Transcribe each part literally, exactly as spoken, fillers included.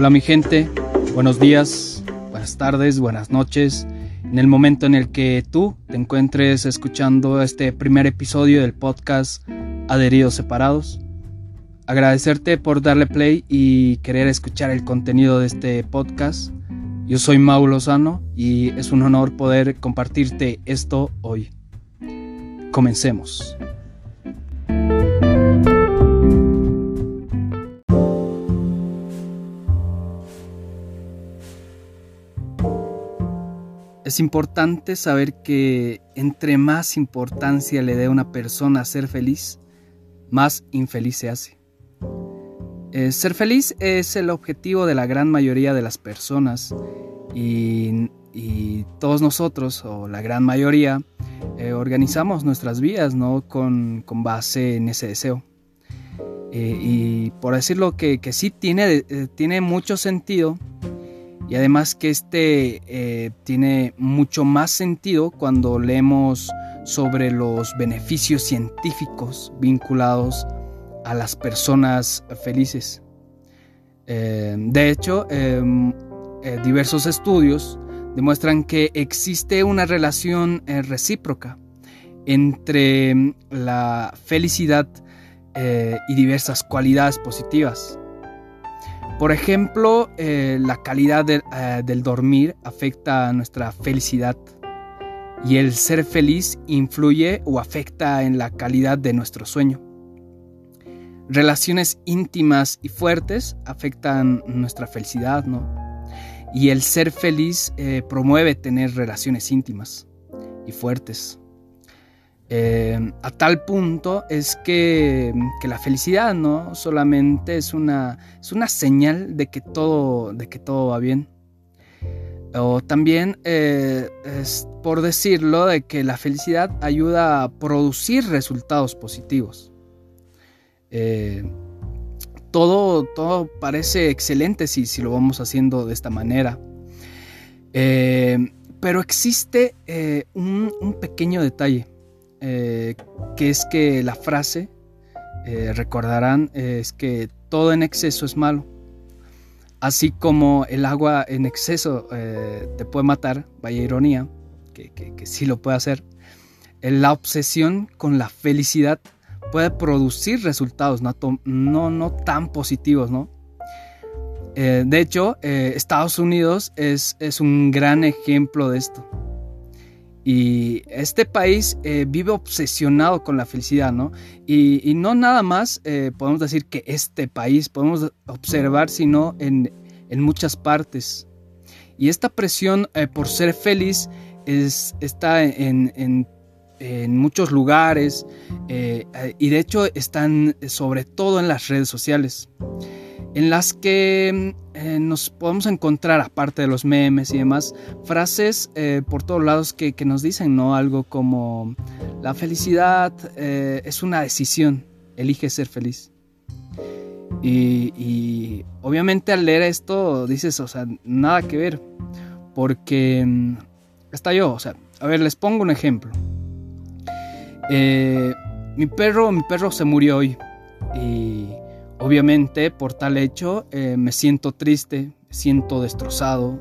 Hola mi gente, buenos días, buenas tardes, buenas noches. En el momento en el que tú te encuentres escuchando este primer episodio del podcast Adheridos Separados, agradecerte por darle play y querer escuchar el contenido de este podcast. Yo soy Mau Lozano y es un honor poder compartirte esto hoy. Comencemos. Es importante saber que entre más importancia le dé una persona a ser feliz, más infeliz se hace. Eh, ser feliz es el objetivo de la gran mayoría de las personas y, y todos nosotros, o la gran mayoría, eh, organizamos nuestras vidas, ¿no? con, con base en ese deseo. Eh, y por decirlo que, que sí tiene, eh, tiene mucho sentido. Y además que este eh, tiene mucho más sentido cuando leemos sobre los beneficios científicos vinculados a las personas felices. Eh, de hecho, eh, eh, diversos estudios demuestran que existe una relación eh, recíproca entre la felicidad eh, y diversas cualidades positivas. Por ejemplo, eh, la calidad de, eh, del dormir afecta a nuestra felicidad y el ser feliz influye o afecta en la calidad de nuestro sueño. Relaciones íntimas y fuertes afectan nuestra felicidad, ¿no? Y el ser feliz eh, promueve tener relaciones íntimas y fuertes. Eh, a tal punto es que, que la felicidad no solamente es una, es una señal de que todo, de que todo va bien. O también eh, es por decirlo de que la felicidad ayuda a producir resultados positivos. Eh, todo, todo parece excelente si, si lo vamos haciendo de esta manera. Eh, pero existe eh, un, un pequeño detalle. Eh, que es que la frase, eh, recordarán, eh, es que todo en exceso es malo. Así como el agua en exceso eh, te puede matar, vaya ironía, que, que, que sí lo puede hacer, la obsesión con la felicidad puede producir resultados no, no, no tan positivos, ¿no? Eh, de hecho, eh, Estados Unidos es, es un gran ejemplo de esto. Y este país eh, vive obsesionado con la felicidad, ¿no? Y, y no nada más eh, podemos decir que este país, podemos observar, sino en, en muchas partes. Y esta presión eh, por ser feliz es, está en, en, en muchos lugares eh, y de hecho están sobre todo en las redes sociales, en las que eh, nos podemos encontrar, aparte de los memes y demás, frases eh, por todos lados que, que nos dicen, ¿no? Algo como: la felicidad eh, es una decisión, elige ser feliz. Y, y obviamente al leer esto dices, o sea, nada que ver, porque mm, está yo, o sea, a ver, les pongo un ejemplo. Eh, mi perro, mi perro se murió hoy y obviamente, por tal hecho, eh, me siento triste, me siento destrozado.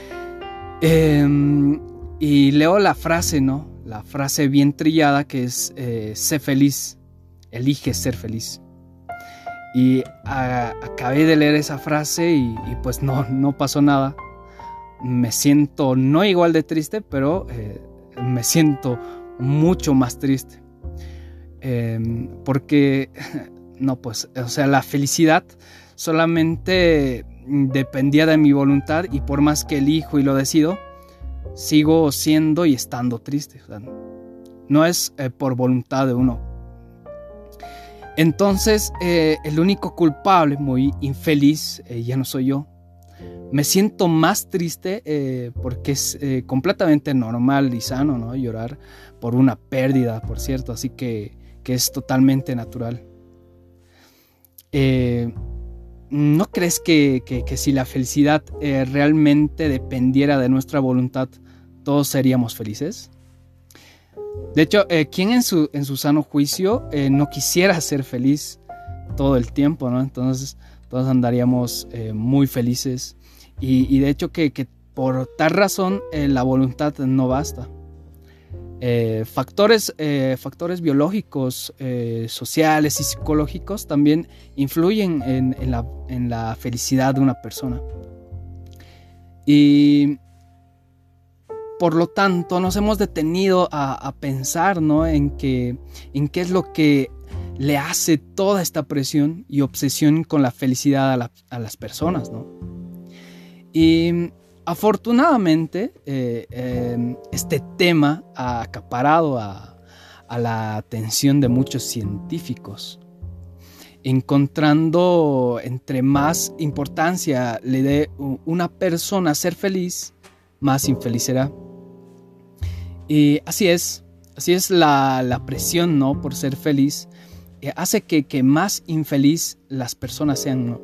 Eh, y leo la frase, ¿no? La frase bien trillada que es: eh, sé feliz, elige ser feliz. Y a, acabé de leer esa frase y, y pues no, no pasó nada. Me siento no igual de triste, pero eh, me siento mucho más triste. Eh, porque... No, pues, o sea, la felicidad solamente dependía de mi voluntad y por más que elijo y lo decido, sigo siendo y estando triste. O sea, no es eh, por voluntad de uno. Entonces, eh, el único culpable, muy infeliz, eh, ya no soy yo. Me siento más triste eh, porque es eh, completamente normal y sano, ¿no? Llorar por una pérdida, por cierto, así que, que es totalmente natural. Eh, ¿No crees que, que, que si la felicidad eh, realmente dependiera de nuestra voluntad, todos seríamos felices? De hecho, eh, ¿quién en su, en su sano juicio eh, no quisiera ser feliz todo el tiempo, ¿no? Entonces, todos andaríamos eh, muy felices. Y, y de hecho que, que por tal razón eh, la voluntad no basta. Eh, factores, eh, factores biológicos, eh, sociales y psicológicos también influyen en, en, la, en la felicidad de una persona. Y por lo tanto nos hemos detenido a, a pensar, ¿no? en, que, en qué es lo que le hace toda esta presión y obsesión con la felicidad a, la, a las personas, ¿no? Y afortunadamente, eh, eh, este tema ha acaparado a, a la atención de muchos científicos, encontrando entre más importancia le dé una persona a ser feliz, más infeliz será. Y así es, así es la, la presión, ¿no? Por ser feliz, eh, hace que, que más infeliz las personas sean, ¿no?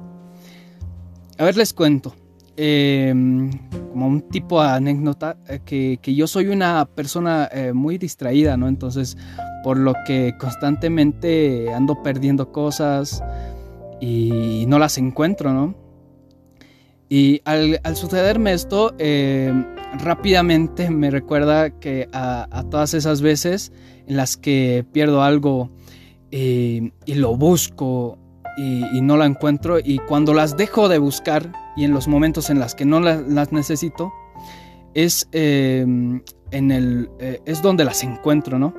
A ver, les cuento. Eh, como un tipo de anécdota, eh, que, que yo soy una persona eh, muy distraída, ¿no? Entonces, por lo que constantemente ando perdiendo cosas y no las encuentro, ¿no? Y al, al sucederme esto, eh, rápidamente me recuerda que a, a todas esas veces en las que pierdo algo eh, y lo busco y, y no lo encuentro, y cuando las dejo de buscar y en los momentos en los que no las, las necesito, es, eh, en el, eh, es donde las encuentro, ¿no?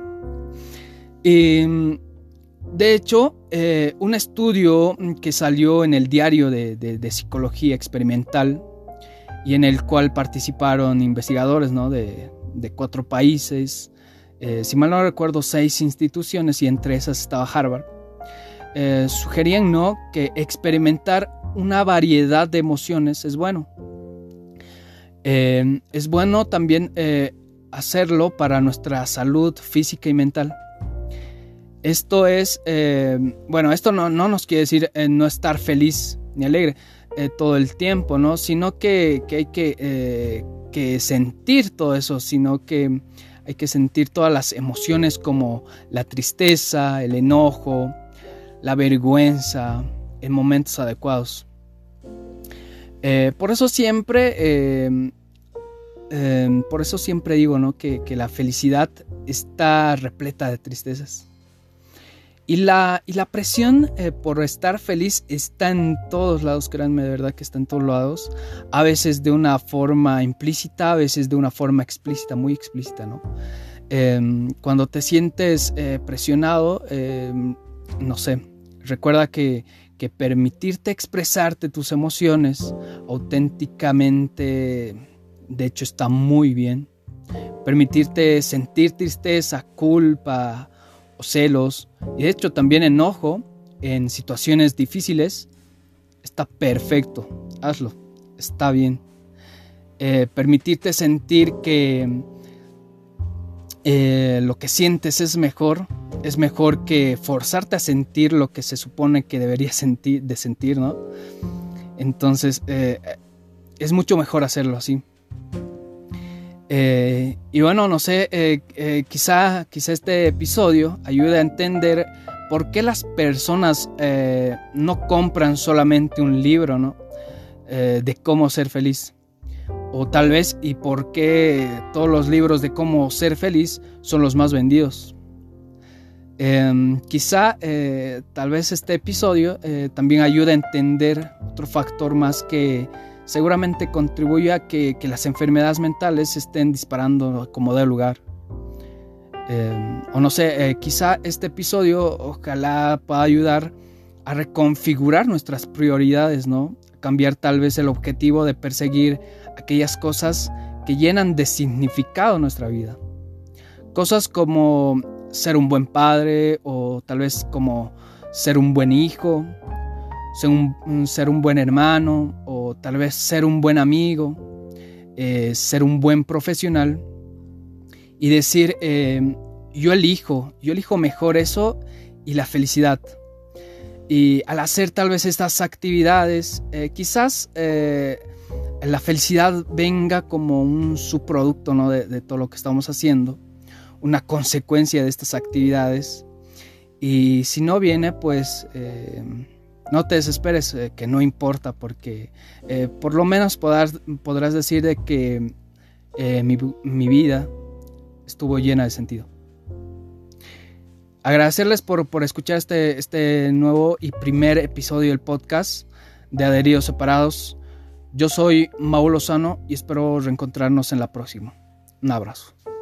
Y de hecho, eh, un estudio que salió en el diario de, de, de psicología experimental y en el cual participaron investigadores, ¿no? de, de cuatro países, eh, si mal no recuerdo, seis instituciones, y entre esas estaba Harvard, eh, sugerían, ¿no? que experimentar una variedad de emociones es bueno. Eh, es bueno también eh, hacerlo para nuestra salud física y mental. Esto es, eh, bueno, esto no, no nos quiere decir eh, no estar feliz ni alegre eh, todo el tiempo, ¿no? Sino que, que hay que, eh, que sentir todo eso, sino que hay que sentir todas las emociones como la tristeza, el enojo, la vergüenza, en momentos adecuados. Eh, por eso siempre, eh, eh, por eso siempre digo, ¿no? que, que la felicidad está repleta de tristezas. Y la, y la presión eh, por estar feliz está en todos lados, créanme, de verdad que está en todos lados. A veces de una forma implícita, a veces de una forma explícita, muy explícita, ¿no? Eh, cuando te sientes eh, presionado, eh, no sé, recuerda que, que permitirte expresarte tus emociones auténticamente, de hecho, está muy bien. Permitirte sentir tristeza, culpa o celos, y de hecho también enojo en situaciones difíciles, está perfecto. Hazlo, está bien. Eh, permitirte sentir que eh, lo que sientes es mejor, es mejor que forzarte a sentir lo que se supone que deberías sentir, de sentir, ¿no? Entonces eh, es mucho mejor hacerlo así. Eh, y bueno, no sé, eh, eh, quizá, quizá este episodio ayude a entender por qué las personas eh, no compran solamente un libro, ¿no? eh, de cómo ser feliz. O tal vez, y por qué todos los libros de cómo ser feliz son los más vendidos. Eh, quizá, eh, tal vez este episodio eh, también ayude a entender otro factor más que seguramente contribuye a que, que las enfermedades mentales se estén disparando como de lugar. Eh, o no sé, eh, quizá este episodio ojalá pueda ayudar a reconfigurar nuestras prioridades, ¿no? A cambiar tal vez el objetivo de perseguir aquellas cosas que llenan de significado nuestra vida. Cosas como ser un buen padre, o tal vez como ser un buen hijo, ser un, ser un buen hermano, o tal vez ser un buen amigo, eh, ser un buen profesional, y decir, eh, yo elijo, yo elijo mejor eso y la felicidad. Y al hacer tal vez estas actividades, eh, quizás eh, la felicidad venga como un subproducto, ¿no? de, de todo lo que estamos haciendo, una consecuencia de estas actividades. Y si no viene, pues... Eh, No te desesperes, eh, que no importa, porque eh, por lo menos podrás, podrás decir de que eh, mi, mi vida estuvo llena de sentido. Agradecerles por, por escuchar este, este nuevo y primer episodio del podcast de Adheridos Separados. Yo soy Mau Lozano y espero reencontrarnos en la próxima. Un abrazo.